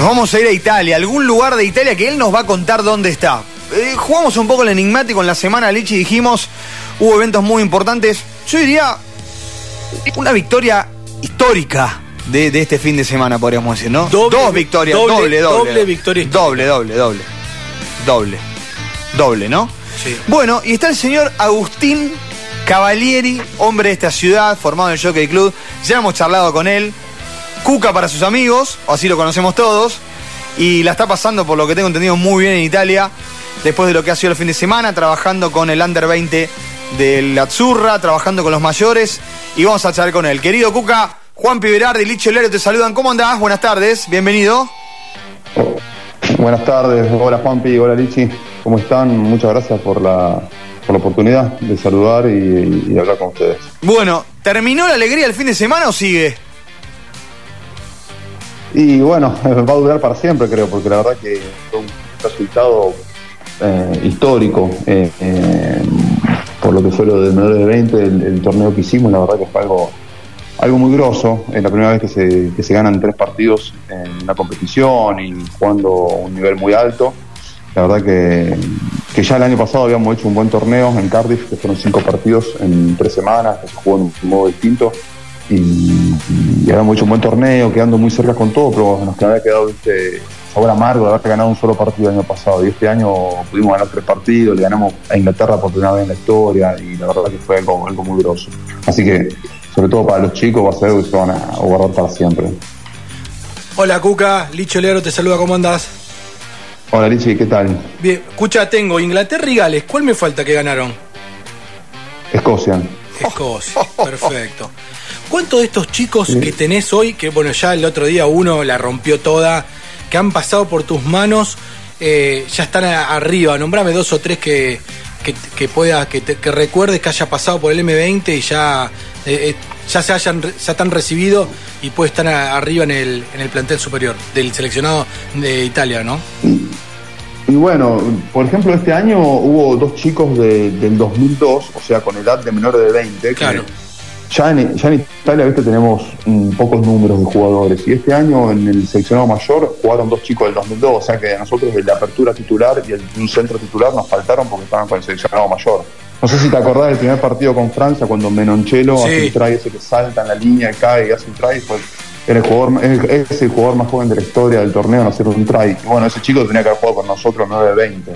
Nos vamos a ir a Italia, algún lugar de Italia que él nos va a contar dónde está. Jugamos un poco el enigmático en la semana, Lichi, dijimos, hubo eventos muy importantes. Yo diría una victoria histórica de este fin de semana, podríamos decir, ¿no? Dos victorias, doble victoria. Doble, ¿no? Sí. Bueno, y está el señor Agustín Cavalieri, hombre de esta ciudad, formado en el Jockey Club. Ya hemos charlado con él. Cuca para sus amigos, o así lo conocemos todos. Y la está pasando, por lo que tengo entendido, muy bien en Italia. Después de lo que ha sido el fin de semana, trabajando con el Under 20 de la Azzurra, trabajando con los mayores. Y vamos a charlar con él. Querido Cuca, Juan Piberardi y Lichi Oleario te saludan. ¿Cómo andás? Buenas tardes, bienvenido. Buenas tardes, hola Juanpi, hola Lichi, ¿cómo están? Muchas gracias por la oportunidad de saludar y hablar con ustedes. Bueno, ¿terminó la alegría el fin de semana o sigue? Y bueno, va a durar para siempre, creo, porque la verdad que fue un resultado histórico por lo que fue lo del menor de 20, el torneo que hicimos. La verdad que fue algo muy grosso. Es la primera vez que se ganan 3 partidos en una competición y jugando a un nivel muy alto. La verdad que ya el año pasado habíamos hecho un buen torneo en Cardiff, que fueron 5 partidos en 3 semanas, que se jugó en un modo distinto. Y habíamos hecho un buen torneo, quedando muy cerca con todo, pero nos había quedado este sabor amargo de haber ganado un solo partido el año pasado. Y este año pudimos ganar 3 partidos, le ganamos a Inglaterra por primera vez en la historia, y la verdad que fue algo muy grosso. Así que, sobre todo para los chicos, va a ser algo que se van a guardar para siempre. Hola Cuca, Lichi Oleario te saluda, ¿cómo andás? Hola Lichi, ¿qué tal? Bien, escucha, tengo Inglaterra y Gales, ¿cuál me falta que ganaron? Escocia, perfecto. ¿Cuántos de estos chicos que tenés hoy, que bueno, ya el otro día uno la rompió toda, que han pasado por tus manos, ya están arriba? Nombrame 2 o 3 que recuerdes que haya pasado por el M20 y ya te han recibido y puede estar arriba en el plantel superior del seleccionado de Italia, ¿no? Y bueno, por ejemplo, este año hubo 2 chicos del 2002, o sea, con edad de menores de 20. Claro. Ya en Italia, ¿viste? Tenemos pocos números de jugadores. Y este año en el seleccionado mayor jugaron 2 chicos del 2002. O sea que a nosotros de la apertura titular y un centro titular nos faltaron porque estaban con el seleccionado mayor. No sé si te acordás del primer partido con Francia cuando Menoncello hace un try, ese que salta en la línea y cae y hace un try. Pues es el jugador más joven de la historia del torneo en hacer un try. Y bueno, ese chico tenía que haber jugado con nosotros 9-20.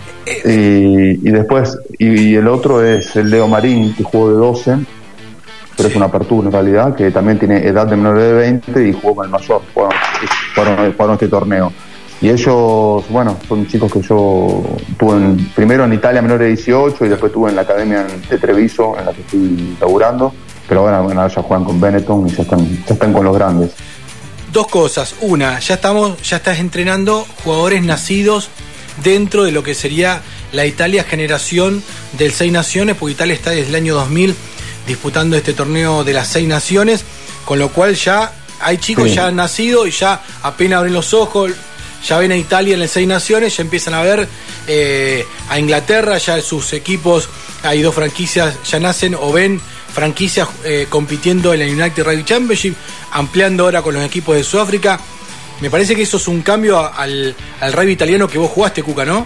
Y después, y el otro es el Leo Marín, que jugó de 12. Pero es una apertura en realidad, que también tiene edad de menor de 20 y jugó con el mayor, jugaron este torneo. Y ellos, bueno, son chicos que yo tuve primero en Italia menor de 18 y después tuve en la academia de Treviso, en la que estoy laburando, pero bueno, ya juegan con Benetton y ya están con los grandes. 2 cosas, una, ya estás entrenando jugadores nacidos dentro de lo que sería la Italia generación del 6 Naciones, porque Italia está desde el año 2000 disputando este torneo de las 6 Naciones, con lo cual ya hay chicos ya nacidos y ya apenas abren los ojos, ya ven a Italia en las 6 Naciones, ya empiezan a ver a Inglaterra, ya sus equipos, hay 2 franquicias, ya nacen o ven franquicias compitiendo en la United Rugby Championship, ampliando ahora con los equipos de Sudáfrica. Me parece que eso es un cambio al rugby italiano que vos jugaste, Cuca, ¿no?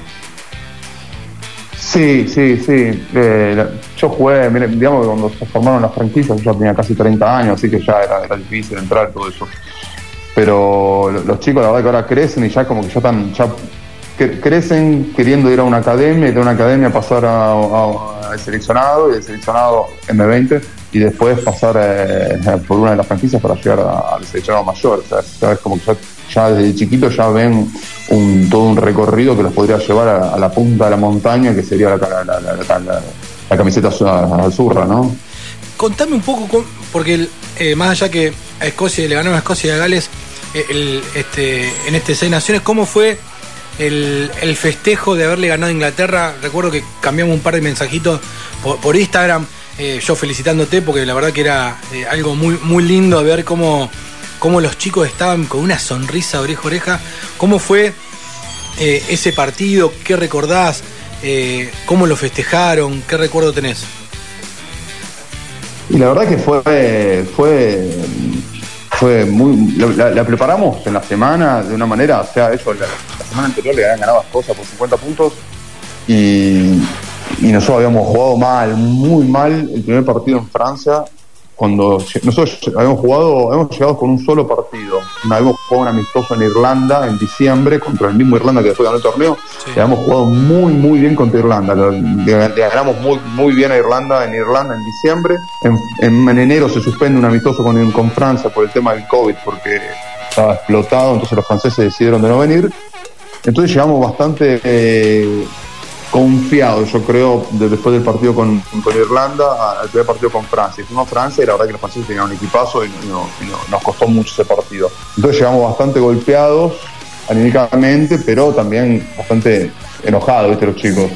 Sí. Yo jugué, digamos que cuando se formaron las franquicias yo tenía casi 30 años, así que ya era difícil entrar todo eso. Pero los chicos la verdad que ahora crecen y ya como que crecen queriendo ir a una academia y de una academia pasar al seleccionado y del seleccionado M20 y después pasar por una de las franquicias para llegar al seleccionado mayor. O sea, es como que ya desde chiquitos ya ven todo un recorrido que los podría llevar a la punta de la montaña, que sería la camiseta azurra, ¿no? Contame un poco, porque más allá que a Escocia le ganaron a Escocia y a Gales en este 6 Naciones, ¿cómo fue el festejo de haberle ganado a Inglaterra? Recuerdo que cambiamos un par de mensajitos por Instagram, yo felicitándote, porque la verdad que era algo muy, muy lindo de ver cómo los chicos estaban con una sonrisa oreja a oreja. ¿Cómo fue ese partido? ¿Qué recordás? ¿Cómo lo festejaron? ¿Qué recuerdo tenés? Y la verdad que fue la preparamos en la semana de una manera, o sea, ellos la semana anterior le habían ganado a Escocia por 50 puntos y nosotros habíamos jugado muy mal el primer partido en Francia. Cuando nosotros habíamos llegado con un solo partido. Habíamos jugado un amistoso en Irlanda en diciembre contra el mismo Irlanda que después ganó el torneo. Sí. Habíamos jugado muy bien contra Irlanda. Le ganamos muy bien a Irlanda en diciembre. En enero se suspende un amistoso con Francia por el tema del COVID porque estaba explotado, entonces los franceses decidieron de no venir. Entonces llegamos bastante confiado, yo creo, después del partido con Irlanda al primer partido con Francia. Fuimos a Francia y la verdad que los franceses tenían un equipazo y nos costó mucho ese partido. Entonces llegamos bastante golpeados anímicamente, pero también bastante enojados, ¿viste? Los chicos.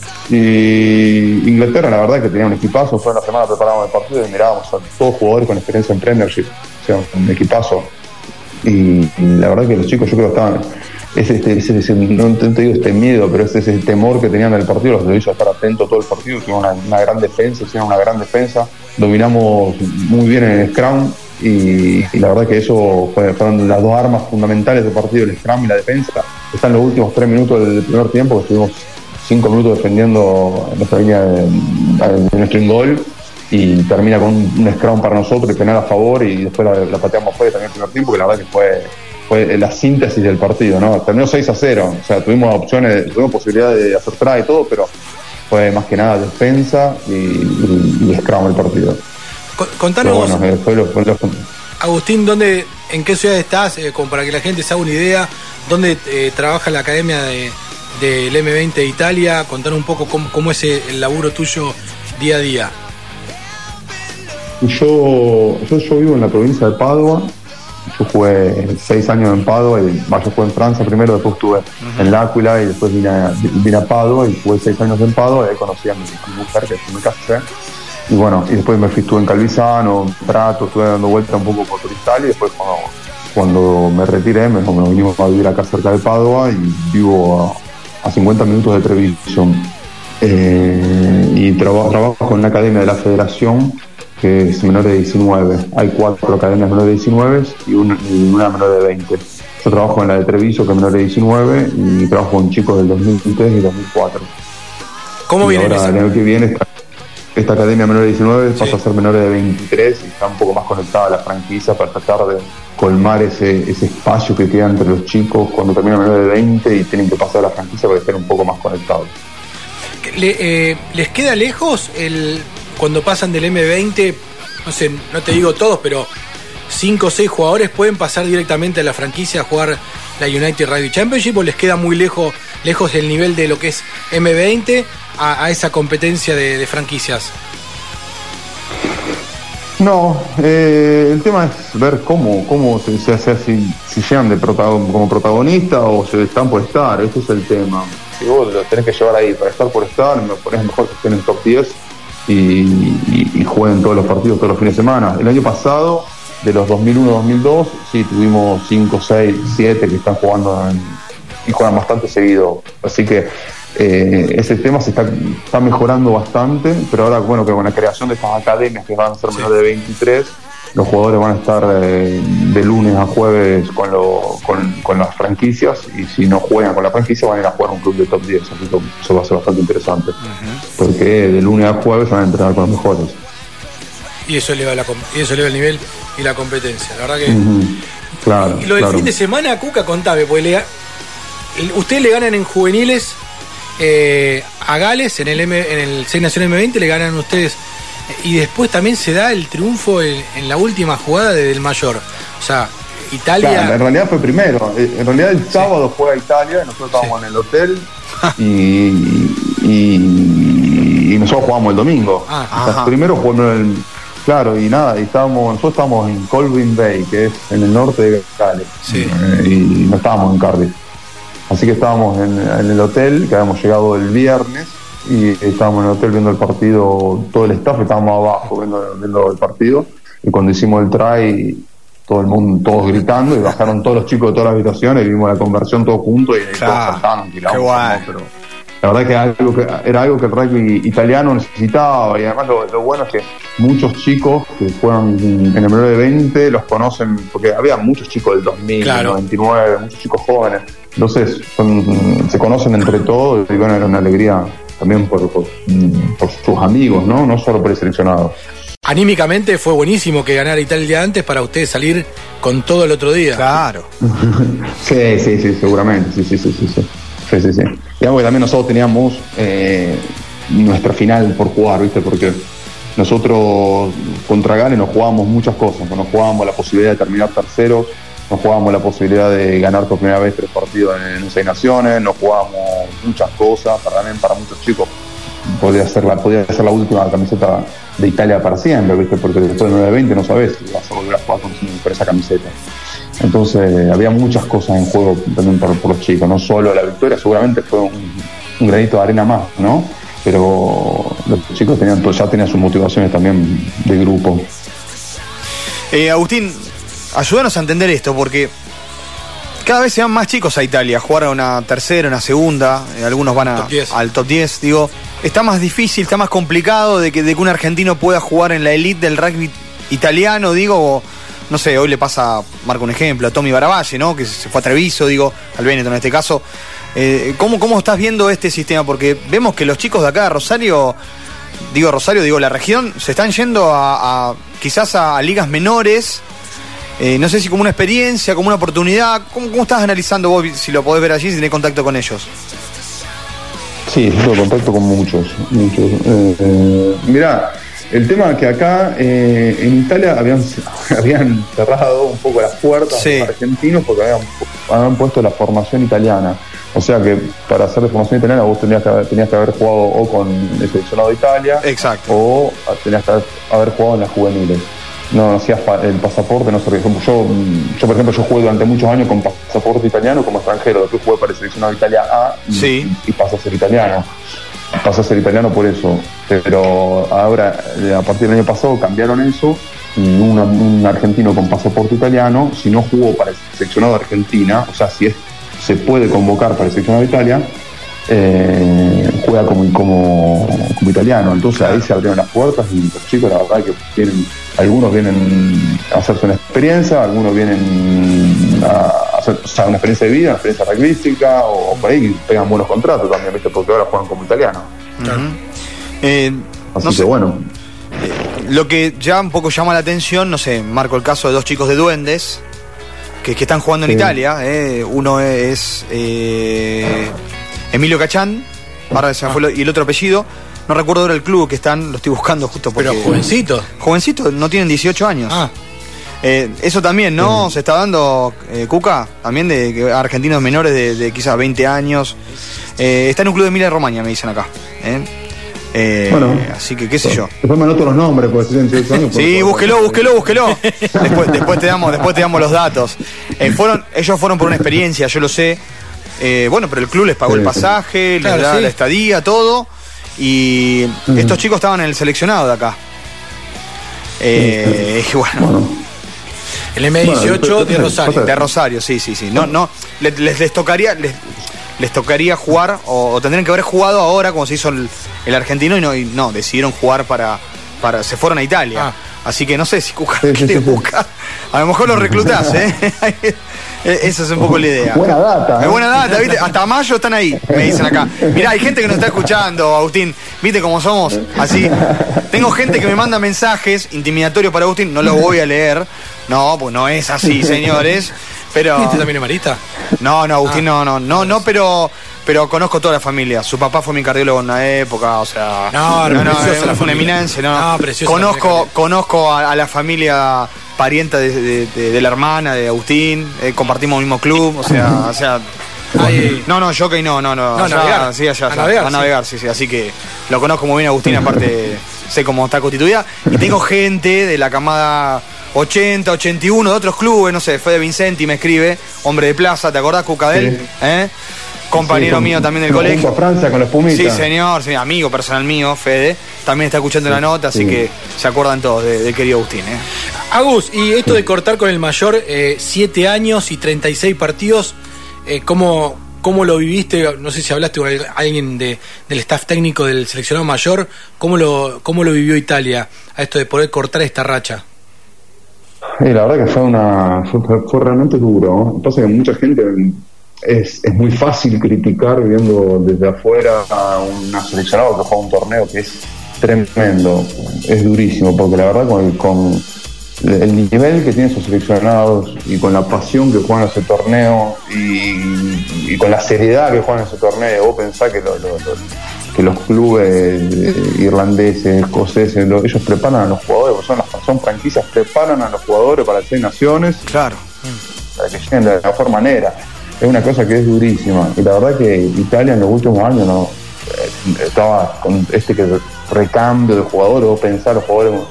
Y Inglaterra, la verdad que tenía un equipazo. Fue una semana preparábamos el partido y mirábamos a todos jugadores con experiencia en Premiership, o sea, un equipazo. Y la verdad que los chicos, yo creo que estaban... no te digo este miedo, pero ese temor que tenían del partido los hizo estar atentos todo el partido. Tuvimos una gran defensa, dominamos muy bien en el scrum y la verdad que eso fueron las dos armas fundamentales del partido, el scrum y la defensa. Están los últimos 3 minutos del primer tiempo, que estuvimos 5 minutos defendiendo nuestra línea de nuestro gol y termina con un scrum para nosotros y penal a favor y después la pateamos fuera también el primer tiempo, que la verdad que fue la síntesis del partido, ¿no? Terminó 6-0, o sea, tuvimos posibilidad de hacer try y todo, pero fue más que nada defensa y scrum el partido. Contanos, Agustín, ¿en qué ciudad estás? Como para que la gente se haga una idea, ¿dónde trabaja la academia del M20 de Italia? Contanos un poco cómo es el laburo tuyo día a día. Yo vivo en la provincia de Padua. Yo jugué 6 años en Padua, yo jugué en Francia primero, después estuve en L'Aquila y después vine a Padua y jugué 6 años en Padua y ahí conocí a mi mujer, que me casé. Y bueno, y después estuve en Calvisano, en Prato, estuve dando vuelta un poco por Italia y después cuando me retiré me vinimos a vivir acá cerca de Padua y vivo a 50 minutos de Treviso. Y trabajo en una academia de la Federación que es menor de 19. Hay 4 academias menor de 19 y una menor de 20. Yo trabajo en la de Treviso, que es menor de 19, y trabajo con chicos del 2003 y 2004. ¿Cómo viene ahora, el año que viene, esta academia menor de 19 pasa a ser menor de 23 y está un poco más conectada a la franquicia para tratar de colmar ese espacio que queda entre los chicos cuando terminan menor de 20 y tienen que pasar a la franquicia para estar un poco más conectados. ¿Les queda lejos cuando pasan del M20, no sé, no te digo todos, pero 5 o 6 jugadores pueden pasar directamente a la franquicia a jugar la United Rugby Championship, o les queda muy lejos el nivel de lo que es M20 a esa competencia de franquicias? No, el tema es ver cómo se hace, si llegan como protagonistas o se están por estar. Ese es el tema. Si vos lo tenés que llevar ahí para estar por estar, me pones mejor que estén en top 10 y jueguen todos los partidos, todos los fines de semana. El año pasado, de los 2001-2002, sí, tuvimos 5, 6, 7 que están jugando y juegan bastante seguido. Así que ese tema se está mejorando bastante, pero ahora, bueno, que con la creación de estas academias que van a ser menores de 23, los jugadores van a estar de lunes a jueves con las franquicias, y si no juegan con la franquicia van a ir a jugar a un club de top 10, así que eso va a ser bastante interesante, porque de lunes a jueves van a entrenar con los mejores. Y eso eleva el nivel y la competencia, la verdad que... Claro. Y lo del fin de semana, Cuca, contame, porque ustedes le ganan en juveniles a Gales, en el 6 Naciones M20 le ganan ustedes, y después también se da el triunfo en la última jugada del mayor. O sea, Italia... Claro, en realidad fue primero. En realidad el sábado juega Italia, nosotros estábamos en el hotel y nosotros jugamos el domingo. Primero jugamos nosotros estábamos en Colvin Bay, que es en el norte de Gales, y no estábamos en Cardiff. Así que estábamos en el hotel, que habíamos llegado el viernes, y estábamos en el hotel viendo el partido, todo el staff estábamos abajo viendo el partido, y cuando hicimos el try, todo el mundo, todos gritando, y bajaron todos los chicos de todas las habitaciones, y vimos la conversión todos juntos, y todos saltaron, tiramos, la verdad que era algo que el rugby italiano necesitaba, y además lo bueno es que muchos chicos que fueron en el menor de 20 los conocen, porque había muchos chicos del 2000, claro, del 99, muchos chicos jóvenes, entonces se conocen entre todos, y bueno, era una alegría también por sus amigos, no solo por el seleccionado. Anímicamente fue buenísimo que ganara Italia el día antes para ustedes salir con todo el otro día. Claro. Sí, seguramente, sí. Digamos que también nosotros teníamos nuestra final por jugar, ¿viste? Porque nosotros contra Gales nos jugábamos muchas cosas, nos jugábamos la posibilidad de terminar terceros, nos jugábamos la posibilidad de ganar por primera vez 3 partidos en 6 naciones, nos jugábamos muchas cosas, para muchos chicos podía ser la última camiseta de Italia para siempre, ¿viste? Porque después de 9-20 no sabes si vas a volver a jugar con esa camiseta. Entonces había muchas cosas en juego también por los chicos, no solo la victoria, seguramente fue un granito de arena más, ¿no? Pero los chicos ya tenían sus motivaciones también de grupo. Agustín, ayúdanos a entender esto, porque cada vez se van más chicos a Italia a jugar a una tercera, una segunda, algunos van al top 10, digo, está más difícil, está más complicado de que un argentino pueda jugar en la elite del rugby italiano, digo, no sé, hoy le pasa, marco un ejemplo, a Tommy Baravalle, ¿no? Que se fue a Treviso, digo, al Benetton en este caso. ¿Cómo estás viendo este sistema? Porque vemos que los chicos de acá de Rosario, la región, se están yendo quizás a ligas menores. No sé si como una experiencia, como una oportunidad. ¿Cómo estás analizando vos, si lo podés ver allí, si tenés contacto con ellos? Sí, yo tengo contacto con muchos. Mirá, el tema es que acá en Italia habían cerrado un poco las puertas a los argentinos porque habían puesto la formación italiana. O sea que para hacer de formación italiana vos tenías que haber jugado o con el seleccionado de Italia. Exacto. O tenías que haber jugado en las juveniles. No hacías el pasaporte, no servía. Yo, por ejemplo, jugué durante muchos años con pasaporte italiano como extranjero. Después jugué para el seleccionado de Italia A y pasé a ser italiano. Pasé a ser italiano por eso. Pero ahora, a partir del año pasado, cambiaron eso. Y un argentino con pasaporte italiano, si no jugó para el seleccionado de Argentina, o sea, si se puede convocar para el seleccionado de Italia, juega como italiano. Entonces ahí se abrieron las puertas y los chicos, la verdad, que algunos vienen a hacerse una experiencia, algunos vienen a hacer una experiencia de vida, una experiencia rugbyística, o por ahí pegan buenos contratos también, ¿viste? Porque ahora juegan como italiano. Así que bueno. Lo que ya un poco llama la atención, no sé, marco el caso de 2 chicos de Duendes que están jugando en Italia. Uno es Emilio Cachán, ahora se me fue y el otro apellido, no recuerdo ahora el club que están, lo estoy buscando justo porque... Pero jovencitos, no tienen 18 años. Eso también, ¿no? Se está dando, Cuca, también de argentinos menores de quizás 20 años. Está en un club de Emilia Romagna, me dicen acá. Bueno, así que qué sé yo. Después me anoto los nombres, porque tienen 18 años. Sí, búsquelo. Después te damos los datos. Ellos fueron por una experiencia, yo lo sé. Pero el club les pagó el pasaje, les da la estadía, todo. Y estos chicos estaban en el seleccionado de acá. Y bueno. El M18 de Rosario. De Rosario, sí. No, les tocaría jugar, o tendrían que haber jugado ahora, como se hizo el argentino, y no, decidieron jugar para se fueron a Italia. Así que no sé si Cuca quiere buscar. A lo mejor lo reclutás, Esa es un poco la idea. Buena data. Es buena data, ¿viste? Hasta mayo están ahí, me dicen acá. Mirá, hay gente que nos está escuchando, Agustín. ¿Viste cómo somos? Así. Tengo gente que me manda mensajes intimidatorios para Agustín. No los voy a leer. No, pues no es así, señores. Pero... ¿Este también es marista? No, Agustín, no, pero conozco toda la familia. Su papá fue mi cardiólogo en una época, o sea... Fue una eminencia, Conozco a la familia parienta de la hermana de Agustín, compartimos el mismo club, o sea... Jockey no. A navegar, sí. Así que lo conozco muy bien, Agustín, aparte sé cómo está constituida. Y tengo gente de la camada 80, 81 de otros clubes, no sé, Fede Vincenti me escribe, hombre de plaza, ¿te acordás, Cucadel? Sí. Compañero mío también del colegio. A Francia con la espumita. Sí, señor, amigo personal mío, Fede, también está escuchando la nota, así que se acuerdan todos del querido Agustín. Agus, y esto de cortar con el mayor 7 años y 36 partidos, ¿cómo ¿Cómo lo viviste? No sé si hablaste con alguien del staff técnico del seleccionado mayor. ¿Cómo lo vivió Italia a esto de poder cortar esta racha? La verdad que fue realmente duro, ¿no? Lo que pasa es que mucha gente es muy fácil criticar viendo desde afuera a una seleccionado que juega un torneo que es tremendo, es durísimo, porque la verdad con el nivel que tienen sus seleccionados y con la pasión que juegan ese torneo y con la seriedad que juegan ese torneo, vos pensás que los clubes irlandeses, escoceses, ellos preparan a los jugadores, son franquicias, preparan a los jugadores para el Seis Naciones, claro, para que lleguen de la mejor manera. Es una cosa que es durísima, y la verdad que Italia en los últimos años estaba con recambio de jugadores. Vos pensás a los jugadores,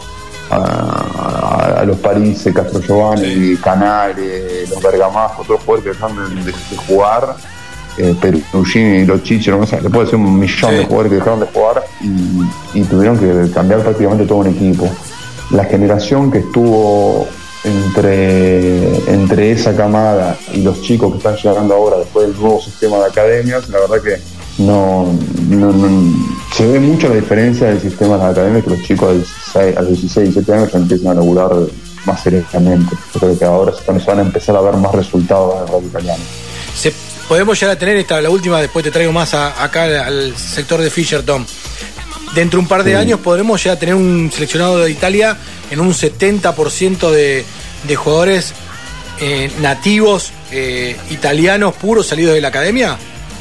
a los París, Castro Giovanni, Canale, los Bergamasco, otros jugadores que dejaron de jugar, Perugini, los Chichero, le puedo decir 1.000.000 de jugadores que dejaron de jugar y tuvieron que cambiar prácticamente todo un equipo. La generación que estuvo entre esa camada y los chicos que están llegando ahora después del nuevo sistema de academias, la verdad que no se ve mucho la diferencia del sistema de las academias, que los chicos a los 16, 17 años ya empiezan a laburar más seriamente. Yo creo que ahora se van a empezar a ver más resultados en el rugby italiano. Podemos llegar a tener la última, después te traigo más acá al sector de Fisher, Tom. Dentro de un par de años podremos ya tener un seleccionado de Italia en un 70% de jugadores nativos italianos puros salidos de la academia.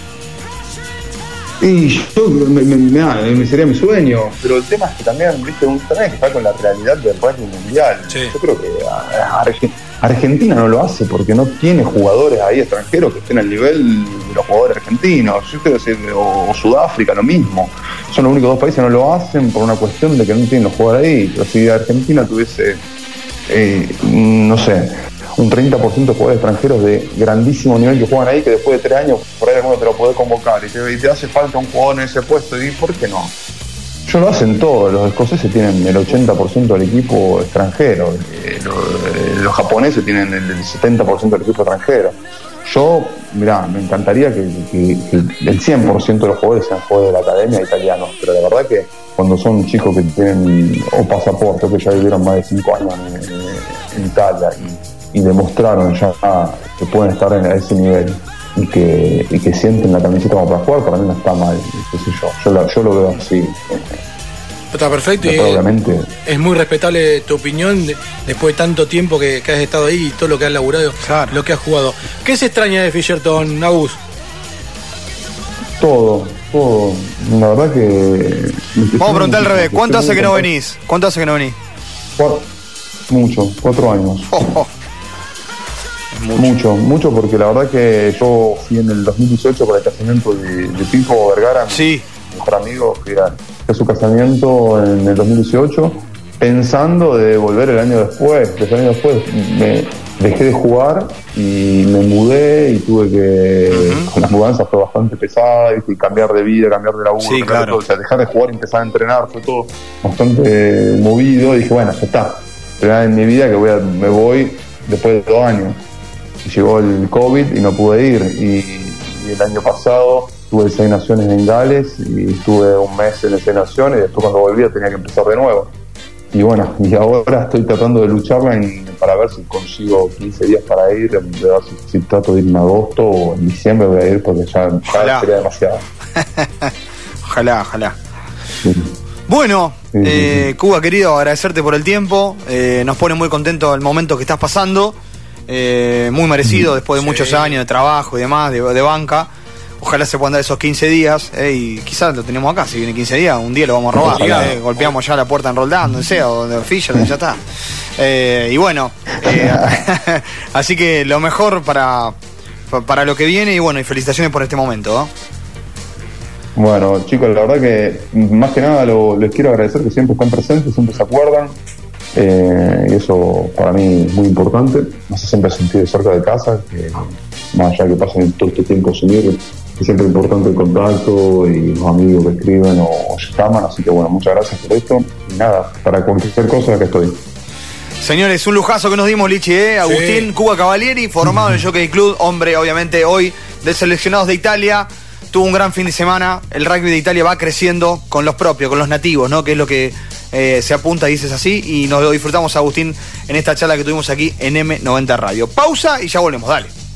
Y yo sería mi sueño, pero el tema es que también, viste, también que está con la realidad del rugby mundial. Sí. Yo creo que Argentina no lo hace porque no tiene jugadores ahí extranjeros que estén al nivel de los jugadores argentinos. Yo creo que o Sudáfrica lo mismo. Son los únicos dos países que no lo hacen por una cuestión de que no tienen los jugadores ahí. Pero si Argentina tuviese, no sé, un 30% de jugadores extranjeros de grandísimo nivel que juegan ahí, que después de 3 años por ahí alguno te lo puede convocar y te hace falta un jugador en ese puesto, y ¿por qué no? Ellos lo hacen todo. Los escoceses tienen el 80% del equipo extranjero, los japoneses tienen el 70% del equipo extranjero. Yo, mirá, me encantaría que el 100% de los jugadores sean jugadores de la academia italianos, pero la verdad que cuando son chicos que tienen o pasaporte o que ya vivieron más de 5 años en Italia y demostraron ya que pueden estar a ese nivel y que sienten la camiseta como para jugar, para mí no está mal, qué sé yo lo veo así. Está perfecto, y obviamente es muy respetable tu opinión después de tanto tiempo que has estado ahí y todo lo que has laburado, claro, lo que has jugado. ¿Qué se extraña de Fisherton, Agus? Todo. La verdad que... Vamos a preguntar al revés, ¿cuánto hace que no venís? Mucho, 4 años. Mucho, porque la verdad que yo fui en el 2018 para el casamiento de Pipo Vergara, sí, mi mejor amigo, fui a su casamiento en el 2018, pensando de volver el año después. Me dejé de jugar y me mudé y tuve que... Con las mudanzas fue bastante pesada, y cambiar de vida, cambiar de laburo, sí, claro, todo, o sea, dejar de jugar y empezar a entrenar, fue todo bastante movido, y dije, bueno, ya está, primera vez en mi vida que me voy después de 2 años. Y llegó el COVID y no pude ir, y el año pasado tuve el Seis Naciones en Gales y estuve un mes en el Seis Naciones, y después cuando volvía tenía que empezar de nuevo. Y bueno, y ahora estoy tratando de lucharla para ver si consigo 15 días para ir, de ver si trato de ir en agosto o en diciembre voy a ir, porque ya sería demasiado. Ojalá. Sí. Bueno, sí. Cuba, querido, agradecerte por el tiempo. Nos pone muy contento el momento que estás pasando. Muy merecido después de muchos años de trabajo y demás, de banca. Ojalá se puedan dar esos 15 días, y quizás lo tenemos acá. Si viene 15 días, un día lo vamos a robar. Golpeamos ya la puerta en Roldán, donde sea, o de Fisher, ya está. Y bueno, así que lo mejor para lo que viene, y bueno, y felicitaciones por este momento, ¿no? Bueno, chicos, la verdad que más que nada les quiero agradecer que siempre están presentes, siempre se acuerdan. Y eso para mí es muy importante. Me hace siempre sentir cerca de casa, que más allá que pasen todo este tiempo sin ir, es siempre importante el contacto y los amigos que escriben o llaman. Así que bueno, muchas gracias por esto. Y nada, para cualquier cosa que estoy. Señores, un lujazo que nos dimos, Lichi, Agustín, sí. Cuba Cavalieri, formado en el Jockey Club, hombre obviamente hoy de seleccionados de Italia. Tuvo un gran fin de semana. El rugby de Italia va creciendo con los propios, con los nativos, ¿no? Que es lo que se apunta y dices así. Y nos lo disfrutamos, Agustín, en esta charla que tuvimos aquí en M90 Radio. Pausa y ya volvemos, dale.